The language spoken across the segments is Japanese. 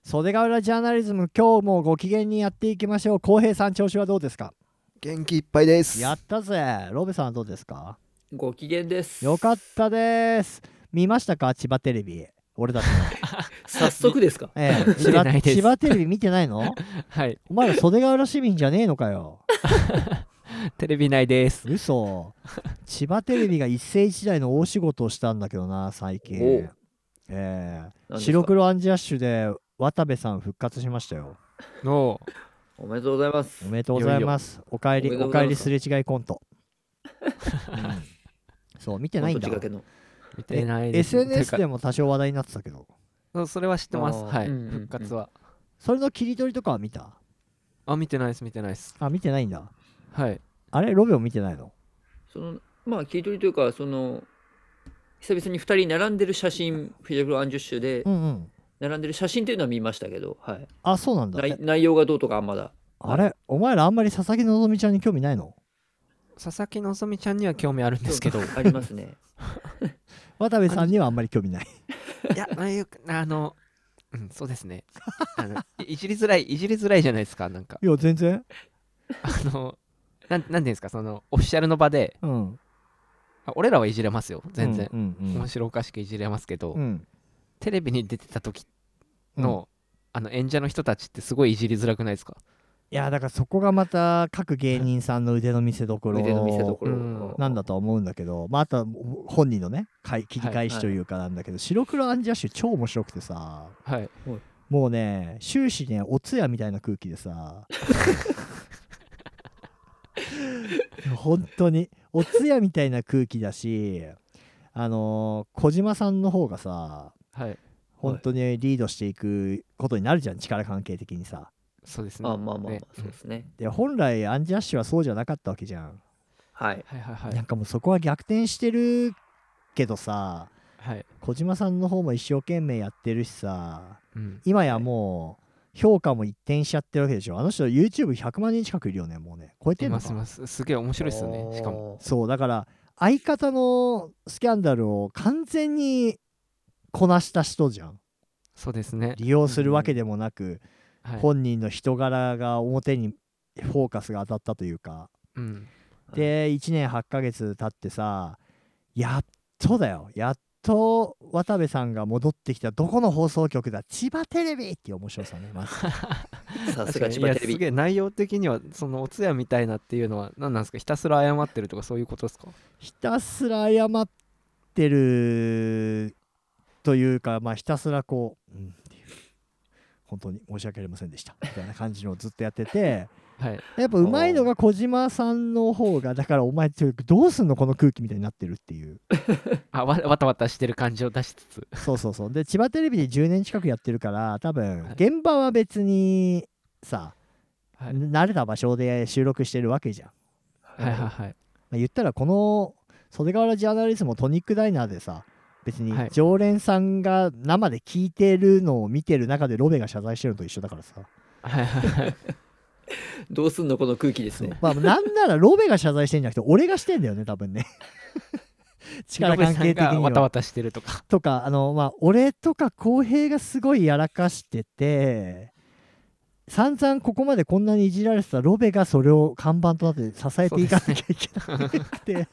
袖ヶ浦ジャーナリズム、今日もご機嫌にやっていきましょう。浩平さん、調子はどうですか？ 元気いっぱいです。 やったぜ。ロベさんはどうですか？ ご機嫌です。 よかったです。見ましたか、千葉テレビ？俺たちの早速ですか？ 千葉テレビ見てないの？ はい。 お前ら袖ヶ浦市民じゃねえのかよ。 テレビ内です。 嘘。千葉テレビが一世一代の大仕事をしたんだけどな、最近。白黒アンジャッシュで渡部さん復活しましたよ。 おめでとうございます。 おめでとうございます。おかえりすれ違いコント。そう、見てないんだ。 見てないです。 SNS でも多少話題になってたけど。 それは知ってます。はい、復活は。 それの切り取りとかは見た？ 見てないです、見てないです。 見てないんだ。 はい。 あれ、ロベも見てないの？ 切り取りというか、久々に2人並んでる写真、フィジャブルアンジュッシュで並んでる写真というのは見ましたけど、はい。 あ、そうなんだ。 内容がどうとかまだ。 あれ、お前らあんまり佐々木希ちゃんに興味ないの？ 佐々木希ちゃんには興味あるんですけど。 ありますね。 渡部さんにはあんまり興味ない。 いや、そうですね。いじりづらいじゃないですか、なんか。 いや、全然。 なんていうんですか、オフィシャルの場で、俺らはいじれますよ、全然。面白おかしくいじれますけど、テレビに出てた時の、演者の人たちってすごいいじりづらくないですか？ いや、だからそこがまた各芸人さんの腕の見せ所なんだとは思うんだけど、あとは本人のね切り返しというかなんだけど、白黒アンジャッシュ超面白くてさ、もうね終始ねお通夜みたいな空気でさ本当にお通夜みたいな空気だし、小島さんの方がさ、本当にリードしていくことになるじゃん、力関係的にさ。 そうですね。 そうですね。 で、本来アンジャッシュはそうじゃなかったわけじゃん。 はい。 なんかもうそこは逆転してるけどさ、小島さんの方も一生懸命やってるしさ、今やもう評価も一転しちゃってるわけでしょ。あの人 YouTube100 万人近くいるよね、もうね。超えてんのか。 すげえ面白いっすよね、しかも。 そうだから相方のスキャンダルを完全にこなした人じゃん。 そうですね。 利用するわけでもなく、本人の人柄が表にフォーカスが当たったというか、で1年8ヶ月経ってさ、やっと渡部さんが戻ってきた。どこの放送局だ？千葉テレビっていう面白さね、まず。 さすが千葉テレビ。 すげえ内容的にはそのお通夜みたいなっていうのは何なんですか？ひたすら謝ってるとかそういうことですか？ ひたすら謝ってるというか、ひたすらこう、本当に申し訳ありませんでしたみたいな感じのをずっとやってて、やっぱうまいのが小島さんの方が、だからお前どうすんのこの空気みたいになってるっていうわたわたしてる感じを出しつつ、 そうで千葉テレビで10年近くやってるから、多分現場は別にさ、慣れた場所で収録してるわけじゃん。言ったらこの袖ヶ浦ジャーナリズムトニックダイナーでさ、別に常連さんが生で聞いてるのを見てる中でロベが謝罪してるのと一緒だからさ。 どうすんのこの空気ですね。 なんならロベが謝罪してんじゃなくて俺がしてんだよね、多分ね。力関係的にはわたわたしてるとか俺とか浩平がすごいやらかしてて、散々ここまでこんなにいじられてたロベがそれを看板となって支えていかなきゃいけなくて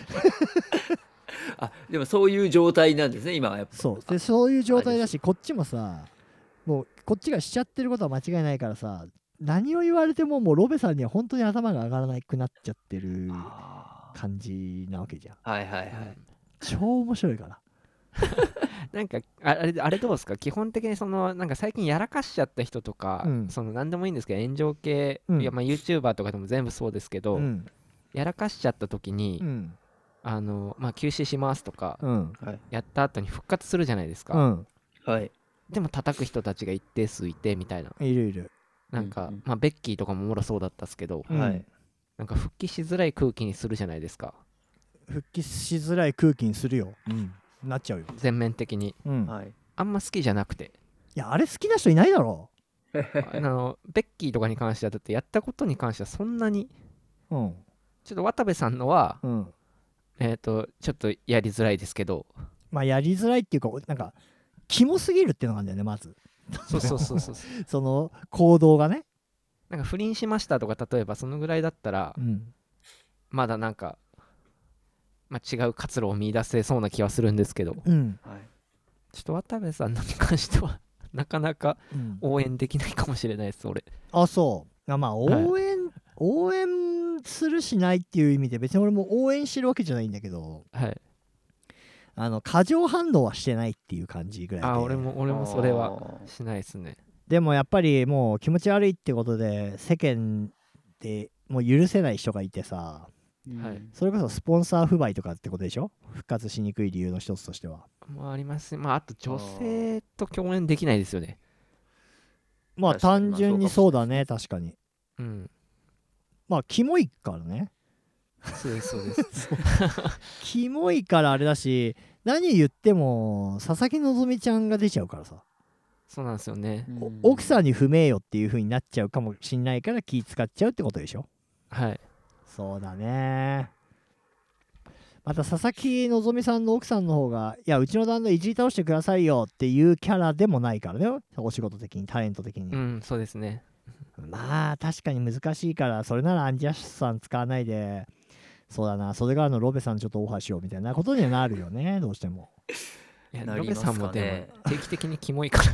でもそういう状態なんですね、今は。やっぱそういう状態だし、こっちもさ、もうこっちがしちゃってることは間違いないからさ、何を言われてももうロベさんには本当に頭が上がらなくなっちゃってる感じなわけじゃん。超面白いからなんかあれどうですか？基本的になんか最近やらかしちゃった人とか、何でもいいんですけど炎上系、YouTuber とかでも全部そうですけど、やらかしちゃった時に、休止しますとか、やった後に復活するじゃないですか。でも叩く人たちが一定数いてみたいな。 いる。 なんか、ベッキーとかももろそうだったっすけど、なんか復帰しづらい空気にするじゃないですか。 復帰しづらい空気にするよ。なっちゃうよ、 全面的に。あんま好きじゃなくて。 いや、あれ好きな人いないだろベッキーとかに関してはだってやったことに関してはそんなに、ちょっと渡部さんのは、ちょっとやりづらいですけど、 やりづらいっていうか、なんかキモすぎるっていうのがあるんだよね、まずそうそうそうそうその行動がね、 なんか不倫しましたとか例えばそのぐらいだったら、まだなんか、違う活路を見出せそうな気はするんですけど、ちょっと渡部さんのに関してはなかなか応援できないかもしれないです、俺。 あ、そうまあ応援するしないっていう意味で別に俺も応援してるわけじゃないんだけど、過剰反応はしてないっていう感じぐらいで。 俺もそれはしないですね。 でもやっぱりもう気持ち悪いってことで世間でもう許せない人がいてさ、それこそスポンサー不買とかってことでしょ、復活しにくい理由の一つとしては。 ありますね。あと女性と共演できないですよね。 単純にそうだね、確かに。キモいからね。 そうですそうですキモいからあれだし、何言っても佐々木希ちゃんが出ちゃうからさ。 そうなんですよね。 奥さんに不名誉っていう風になっちゃうかもしんないから気使っちゃうってことでしょ。そうだね。また佐々木希さんの奥さんの方が、いやうちの旦那いじり倒してくださいよっていうキャラでもないからね、お仕事的にタレント的に。 そうですね。 確かに難しいから、それならアンジャッシュさん使わないで、そうだな、袖ヶ浦のロベさんちょっとオファーしようみたいなことにはなるよね、どうしても。 いや、ロベさんもでも定期的にキモいから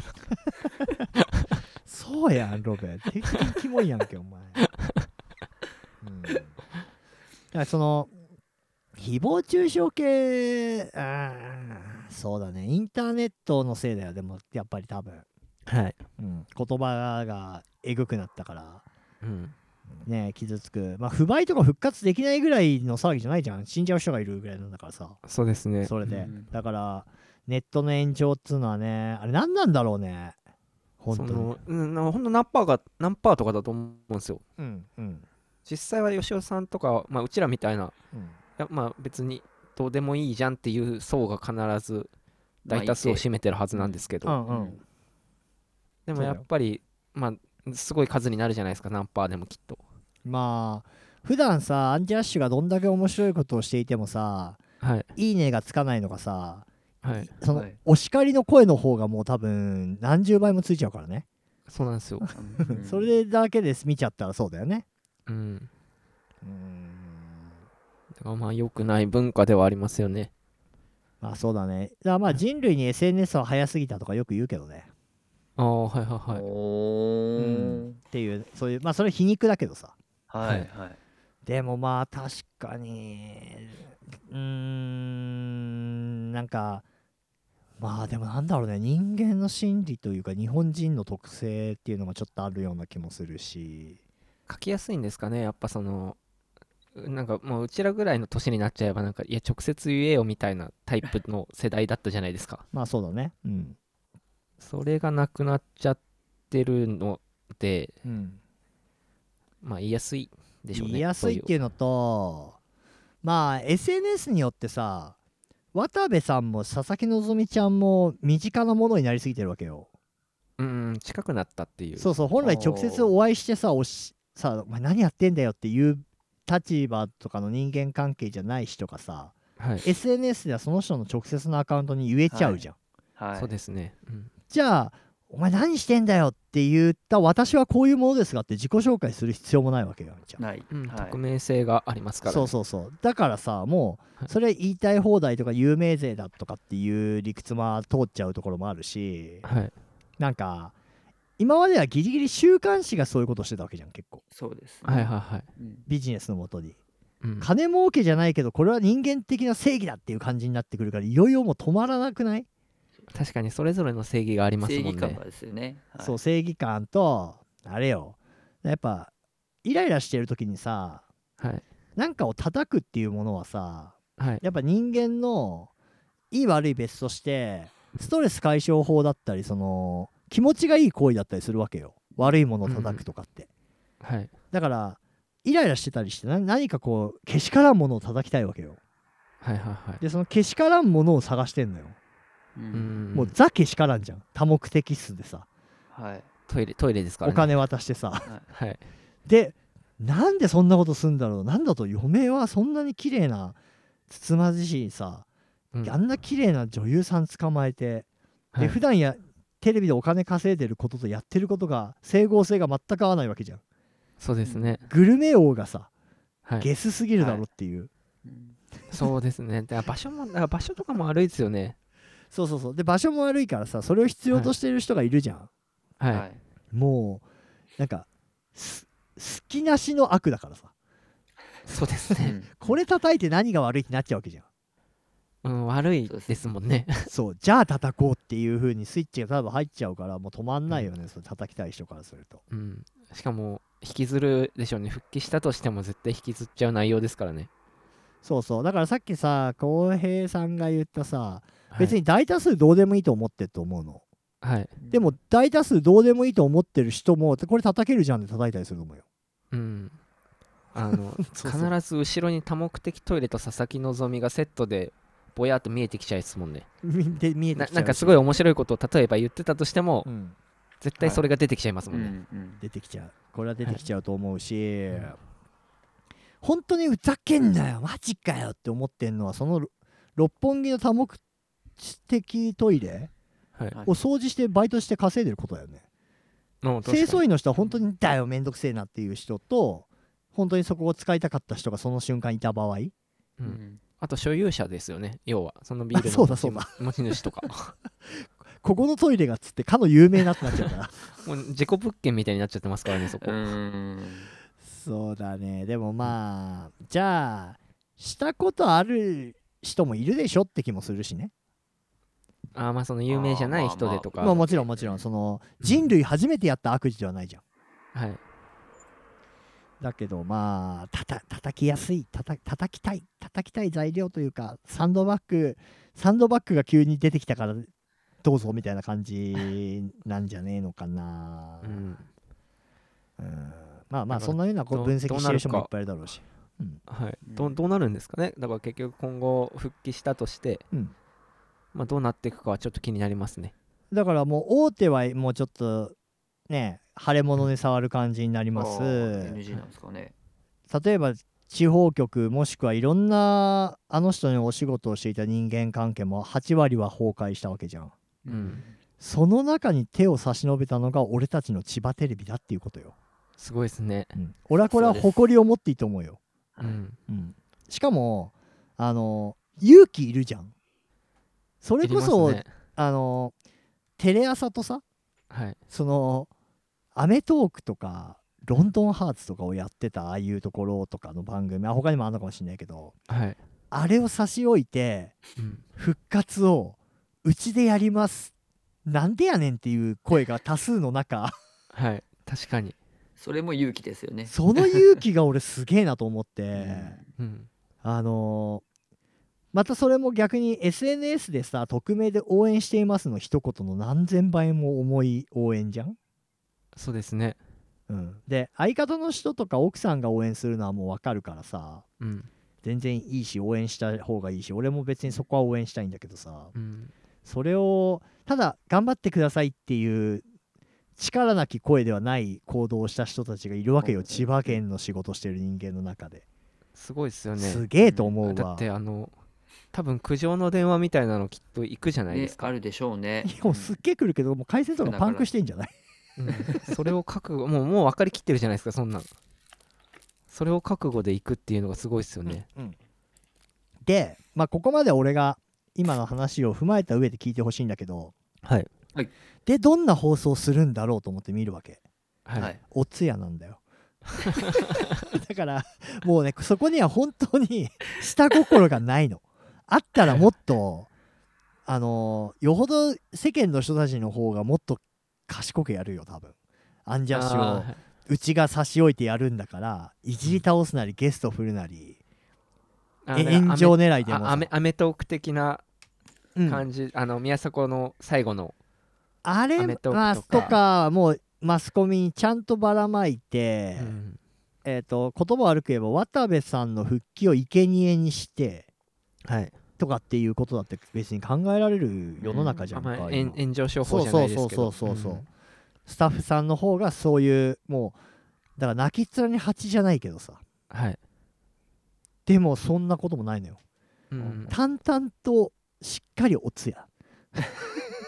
そうやん、ロベ定期的にキモいやんけお前。だからその誹謗中傷系、そうだね、インターネットのせいだよ。でもやっぱり多分言葉がえぐくなったから、ね、傷つく。不買とか復活できないぐらいの騒ぎじゃないじゃん。死んじゃう人がいるぐらいなんだからさ。 そうですね。 それで、だからネットの炎上っつうのはね、あれ何なんだろうね、本当に。 ほんと何パーとかだと思うんですよ。実際は吉尾さんとか、うちらみたいな、別にどうでもいいじゃんっていう層が必ず大多数を占めてるはずなんですけど、でもやっぱりすごい数になるじゃないですか、何パーでもきっと。 普段さ、アンジャッシュがどんだけ面白いことをしていてもさ、いいねがつかないのがさ、そのお叱りの声の方がもう多分何十倍もついちゃうからね。 そうなんですよそれだけで見ちゃったらそうだよね。 だから良くない文化ではありますよね。 そうだね。だから人類に SNS は早すぎたとかよく言うけどね。っていう、そういう、それ皮肉だけどさ。でも確かになんかでもなんだろうね、人間の心理というか日本人の特性っていうのがちょっとあるような気もするし。 書きやすいんですかね、やっぱそのなんかもううちらぐらいの年になっちゃえばいや直接言えよみたいなタイプの世代だったじゃないですか。 そうだね。 それがなくなっちゃってるので、言いやすいでしょうね。 言いやすいっていうのと、SNS によってさ、渡部さんも佐々木希ちゃんも身近なものになりすぎてるわけよ。 近くなったっていう。 そうそう、本来直接お会いしてさ、お前何やってんだよっていう立場とかの人間関係じゃない人がさ、SNS ではその人の直接のアカウントに言えちゃうじゃん。 そうですね。 じゃあお前何してんだよって言った私はこういうものですがって自己紹介する必要もないわけよ。 匿名性がありますから、 ね。そうだからさ、もうそれ言いたい放題とか有名税だとかっていう理屈も通っちゃうところもあるし、なんか今まではギリギリ週刊誌がそういうことしてたわけじゃん、結構。 そうです、 ビジネスのもとに、金儲けじゃないけどこれは人間的な正義だっていう感じになってくるから、いよいよもう止まらなくない？ 確かにそれぞれの正義がありますもんね。 正義感ですよね。 そう、正義感とあれよ、やっぱイライラしてる時にさ、なんかを叩くっていうものはさ、やっぱ人間のいい悪い別としてストレス解消法だったり、その気持ちがいい行為だったりするわけよ、悪いものを叩くとかって。だからイライラしてたりして何かこうけしからんものを叩きたいわけよ。でそのけしからんものを探してんのよ。もうザけしからんじゃん、多目的室でさ、 トイレですからね、 お金渡してさ、でなんでそんなことすんだろう、なんだと嫁はそんなに綺麗なつつまじしいさ、あんな綺麗な女優さん捕まえて、で普段テレビでお金稼いでることとやってることが整合性が全く合わないわけじゃん。 そうですね。 グルメ王がさ、 はい、 ゲスすぎるだろっていう、 そうですね。だから場所とかも悪いですよね。 そうで場所も悪いからさ、それを必要としてる人がいるじゃん。 はい、 もうなんか好きなしの悪だからさ。 そうですね。 これ叩いて何が悪いってなっちゃうわけじゃん。 悪いですもんね。 そうじゃあ叩こうっていう風にスイッチが多分入っちゃうから、もう止まんないよね、それ叩きたい人からすると。 しかも引きずるでしょうね。復帰したとしても絶対引きずっちゃう内容ですからね。 そうだからさっきさ浩平さんが言ったさ、別に大多数どうでもいいと思ってると思うの。 はい。 でも大多数どうでもいいと思ってる人もこれ叩けるじゃんって叩いたりすると思うよ。 必ず後ろに多目的トイレと佐々木希がセットでぼやっと見えてきちゃいですもんね。 見えてきちゃう。 なんかすごい面白いことを例えば言ってたとしても、絶対それが出てきちゃいますもんね。 出てきちゃう。これは出てきちゃうと思うし、本当にふざけんなよマジかよって思ってんのは、その六本木の多目的トイレを掃除してバイトして稼いでることだよね。清掃員の人は本当にだよめんどくせえなっていう人と、本当にそこを使いたかった人がその瞬間いた場合、 あと所有者ですよね。要はそのビールの持ち主とかここのトイレがっつってかの有名なってなっちゃうからもう自己物件みたいになっちゃってますからね、そこ。 そうだね。でもまあじゃあしたことある人もいるでしょって気もするしね。 まあその有名じゃない人でとか、 もちろんその人類初めてやった悪事ではないじゃん。 はい。 だけどまあ叩きやすい、叩きたい材料というか、サンドバッグが急に出てきたからどうぞみたいな感じなんじゃねえのかな。まあそんなような分析してる人もいっぱいいるだろうし、 どうなるんですかね。だから結局今後復帰したとして、どうなっていくかはちょっと気になりますね。 だからもう大手はもうちょっとね腫れ物に触る感じになります。 NG なんですかね。 例えば地方局もしくはいろんなあの人にお仕事をしていた人間関係も8割は崩壊したわけじゃん。その中に手を差し伸べたのが俺たちの千葉テレビだっていうことよ。 すごいですね。 俺はこれは誇りを持っていいと思うよ。しかも勇気いるじゃん。それこそ、テレ朝とさ、そのアメトーークとかロンドンハーツとかをやってたああいうところとかの番組、他にもあるのかもしれないけど、あれを差し置いて、復活をうちでやりますなんでやねんっていう声が多数の中確かにそれも勇気ですよね。 その勇気が俺すげえなと思ってまたそれも逆に SNS でさ、匿名で応援していますの一言の何千倍も重い応援じゃん。 そうですね。 で相方の人とか奥さんが応援するのはもう分かるからさ、全然いいし応援した方がいいし、俺も別にそこは応援したいんだけどさ、それをただ頑張ってくださいっていう力なき声ではない行動をした人たちがいるわけよ。千葉県の仕事してる人間の中ですごいですよね。 すげえと思うわ。 だって多分苦情の電話みたいなのきっと行くじゃないですか。 あるでしょうね。 いやもうすっげえ来るけど、もう回線とかパンクしてんじゃないそれを覚悟もう分かりきってるじゃないですか、そんなの。それを覚悟で行くっていうのがすごいですよね。 でここまで俺が今の話を踏まえた上で聞いてほしいんだけど、でどんな放送するんだろうと思って見るわけ。お通夜なんだよだからもうね、そこには本当に下心がないの。あったらもっとよほど世間の人たちの方がもっと賢くやるよ多分。アンジャッシュをうちが差し置いてやるんだから、いじり倒すなりゲスト振るなり炎上狙いでもさ、 アメトーク的な感じ、宮迫の最後のあれとかもうマスコミにちゃんとばらまいて、言葉悪く言えば渡部さんの復帰を生贄にして、とかっていうことだって別に考えられる世の中じゃんか。 炎上商法じゃないですけど、 スタッフさんの方がそういうもうだから泣きっ面に蜂じゃないけどさ、でもそんなこともないのよ。淡々としっかりお通夜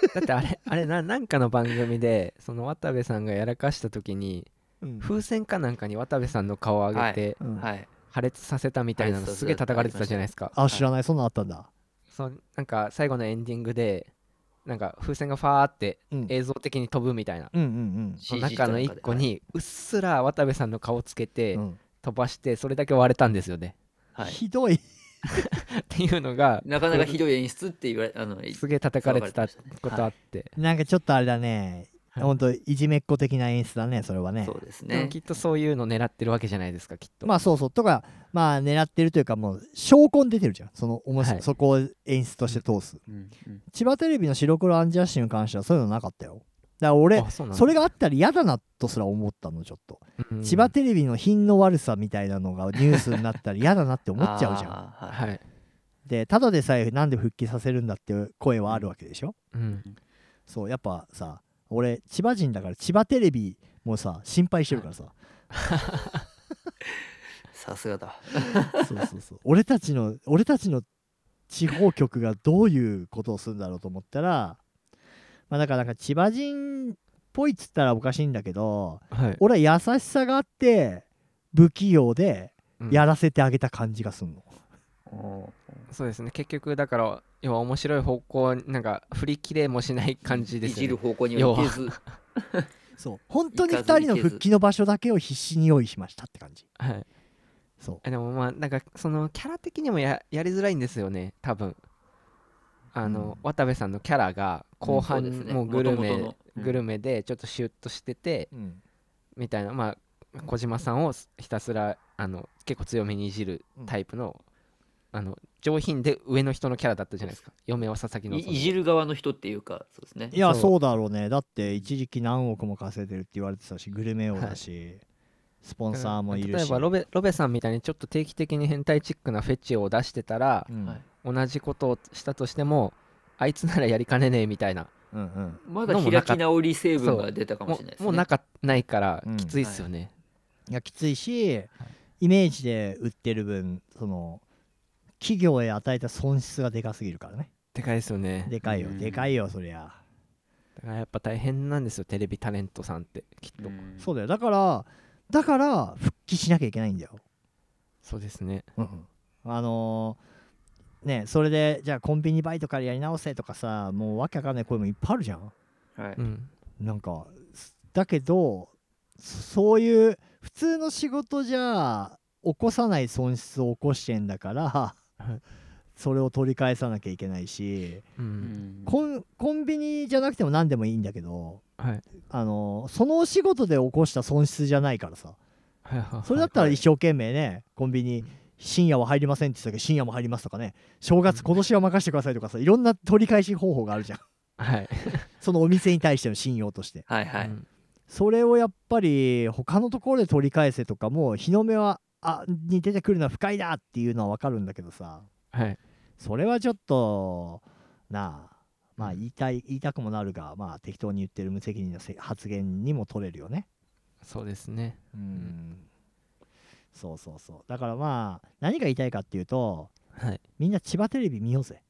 だってあれなんかの番組でその渡部さんがやらかした時に、風船かなんかに渡部さんの顔を上げて、破裂させたみたいなのすげえ叩かれてたじゃないですか。 あ、知らない、そんなのあったんだ。 そうなんか最後のエンディングでなんか風船がファーって映像的に飛ぶみたいな、その中の1個にうっすら渡部さんの顔つけて飛ばして、それだけ割れたんですよね。 ひどいっていうのがなかなかひどい演出って言われすげえ叩かれてたことあって、 なんかちょっとあれだね、ほんといじめっ子的な演出だね、それはね。 そうですね。 きっとそういうの狙ってるわけじゃないですか、きっと。 まあそうそう、とかまあ狙ってるというか、もう証拠に出てるじゃん、そのそこを演出として通す。千葉テレビの白黒アンジャッシュに関してはそういうのなかったよ。だから俺それがあったら嫌だなとすら思ったの、ちょっと。千葉テレビの品の悪さみたいなのがニュースになったら嫌だなって思っちゃうじゃん。 はい。 でただでさえなんで復帰させるんだって声はあるわけでしょ。そうやっぱさ、俺千葉人だから千葉テレビもさ心配してるからさ。 さすがだ。 そう俺たちの地方局がどういうことをするんだろうと思ったら、まあだからなんか千葉人っぽいっつったらおかしいんだけど、俺は優しさがあって不器用でやらせてあげた感じがすんの。 そうですね、結局だから要は面白い方向なんか振り切れもしない感じですね。 いじる方向には行けずそう本当に2人の復帰の場所だけを必死に用意しましたって感じ。そうでもまあなんかそのキャラ的にもやりづらいんですよね、多分。渡部さんのキャラが後半もうグルメでちょっとシュッとしててみたいな、まあ小島さんをひたすら結構強めにいじるタイプの上品で上の人のキャラだったじゃないですか、嫁は佐々木のいじる側の人っていうか。そうですね。 いやそうだろうね。だって一時期何億も稼いでるって言われてたし、グルメ王だし、スポンサーもいるし。 例えばロベさんみたいにちょっと定期的に変態チックなフェチを出してたら、同じことをしたとしてもあいつならやりかねねえみたいな、 まだ開き直り成分が出たかもしれないですね。 もうないからきついっすよね。 いやきついし、イメージで売ってる分その企業へ与えた損失がでかすぎるからね。 でかいですよね。 でかいよ、でかいよ、そりゃ。 だからやっぱ大変なんですよ、テレビタレントさんってきっと。 そうだよ、だから復帰しなきゃいけないんだよ。 そうですね。 ね、それでじゃあコンビニバイトからやり直せとかさ、もうわけわかんない声もいっぱいあるじゃん。なんかだけどそういう普通の仕事じゃ起こさない損失を起こしてんだからそれを取り返さなきゃいけないし、コンビニじゃなくても何でもいいんだけど、そのお仕事で起こした損失じゃないからさ、それだったら一生懸命ね、コンビニ深夜は入りませんって言ってたけど深夜も入りますとかね、正月今年は任せてくださいとかさ、いろんな取り返し方法があるじゃん。そのお店に対しての信用として。それをやっぱり他のところで取り返せとか、もう日の目に出てくるのは不快だっていうのは分かるんだけどさ、それはちょっとなあ、まあ言いたくもなるが、まあ適当に言ってる無責任な発言にも取れるよね。 そうですね。 そうだからまあ何が言いたいかっていうと、みんな千葉テレビ見ようぜ。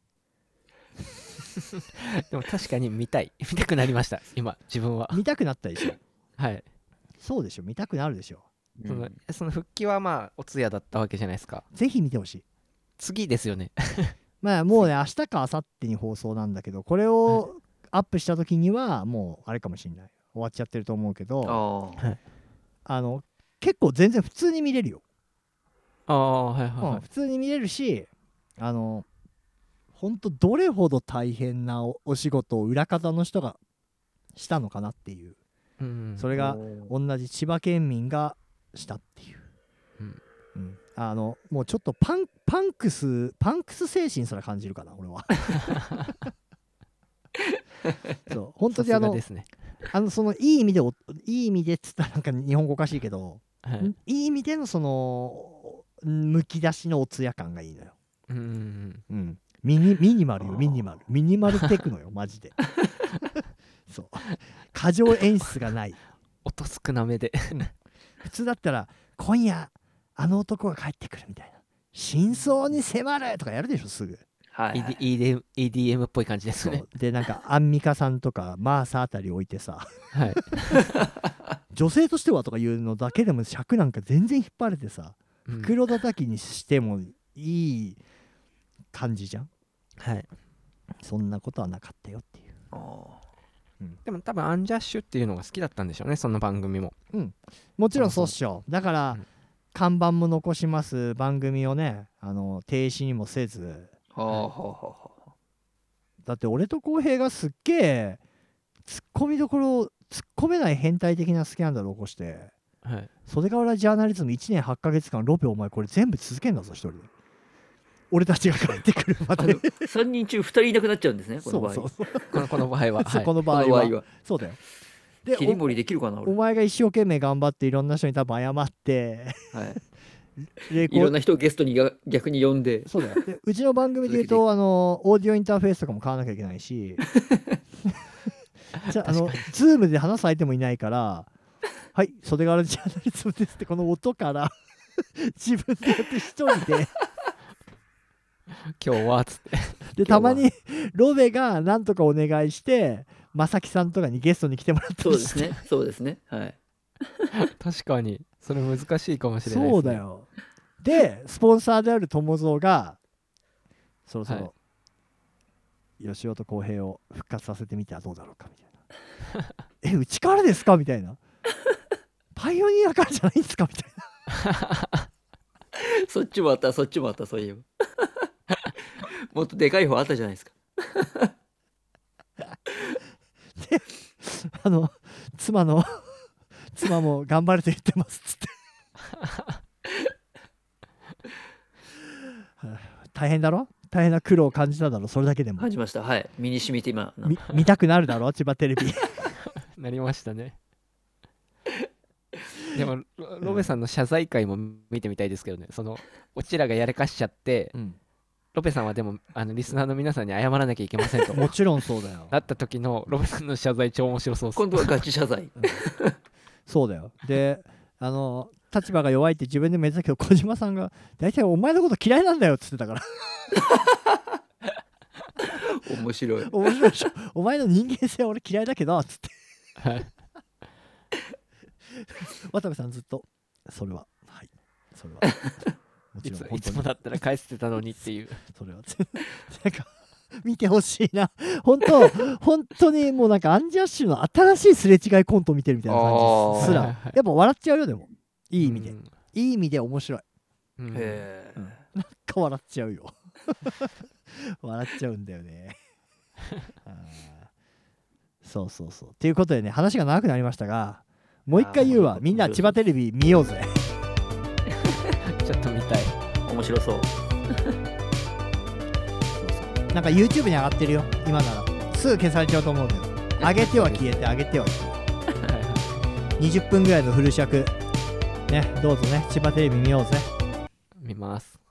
でも確かに見たくなりました、今自分は。 見たくなったでしょ。そうでしょ、見たくなるでしょ。 その復帰はまあお通夜だったわけじゃないですか。 ぜひ見てほしい。 次ですよね。 まあもうね、明日か明後日に放送なんだけど、これをアップした時にはもうあれかもしれない、終わっちゃってると思うけど、結構全然普通に見れるよ。普通に見れるし、ほんとどれほど大変なお仕事を裏方の人がしたのかなっていう、それが同じ千葉県民がしたっていう、もうちょっとパンクス精神すら感じるかな俺は。そう本当にそのいい意味でっつったらなんか日本語おかしいけど、いい意味でのそのむき出しのおつや感がいいのよ。ミニマルよ、ミニマルテクノよマジで。そう過剰演出がない、 音少なめで。 普通だったら今夜あの男が帰ってくるみたいな、真相に迫るとかやるでしょすぐ。 はいはい、 EDM っぽい感じですね。 でなんかアンミカさんとかマーサあたり置いてさ、 はい、 女性としてはとかいうのだけでも尺なんか全然引っ張れてさ、袋叩きにしてもいい感じじゃん。 はい、 そんなことはなかったよっていう。 でも多分アンジャッシュっていうのが好きだったんでしょうね、その番組も。 もちろんそうっしょ。だから、看板も残します、番組をね停止にもせず、だって俺と浩平がすっげえツッコミどころ突っ込めない変態的なスキャンダルを起こして、袖ヶ浦ジャーナリズム1年8ヶ月間ロペお前これ全部続けんだぞ一人で。俺たちが帰ってくるまで 3人中2人いなくなっちゃうんですね、この場合。 この場合は。 この場合はそうだよ。 で切り盛りできるかな俺。 お前が一生懸命頑張っていろんな人に多分謝っていろんな人をゲストに逆に呼んで。 そうだよ。でうちの番組で言うとオーディオインターフェースとかも買わなきゃいけないしじゃズームで話す相手もいないからはい袖ヶ浦ジャーナリズムですってこの音から自分でやって一人で今日はつってでたまにロベがなんとかお願いして正木さんとかにゲストに来てもらってそうですねそうですね、はい。 確かにそれ難しいかもしれないですね。 そうだよ。でスポンサーである友蔵がそろそろ、吉尾と浩平を復活させてみてはどうだろうかみたいなうちからですかみたいなパイオニアからじゃないんですかみたいなそっちもあったそういえばもっとでかい方あったじゃないですかで妻も頑張れと言ってますっつって大変だろ、大変な苦労を感じただろ、それだけでも感じました。はい、身に染みて今見たくなるだろ千葉テレビなりましたね。でもロベさんの謝罪会も見てみたいですけどね。そのうちらがやらかしちゃって、ロベさんはでもリスナーの皆さんに謝らなきゃいけませんともちろんそうだよなった時のロベさんの謝罪超面白そうです。 今度はガチ謝罪そうだよ。で立場が弱いって自分でも言ってたけど小島さんが大体お前のこと嫌いなんだよって言ってたから面白いでしょお前の人間性は俺嫌いだけどっつって渡部さんずっとそれはもちろんいつもだったら返してたのにっていうそれはなんか見てほしいな本当にもうなんかアンジャッシュの新しいすれ違いコントを見てるみたいな感じすらやっぱ笑っちゃうよ。でもいい意味で、いい意味で面白い。なんか笑っちゃうよ笑っちゃうんだよねそうっていうことでね、話が長くなりましたが、もう一回言うわ、みんな千葉テレビ見ようぜちょっと見たい。 面白そうなんか YouTube に上がってるよ今なら。すぐ消されちゃうと思うけど上げては消えて上げては消えて20分ぐらいのフル尺ね、どうぞね千葉テレビ見ようぜ。 見ます。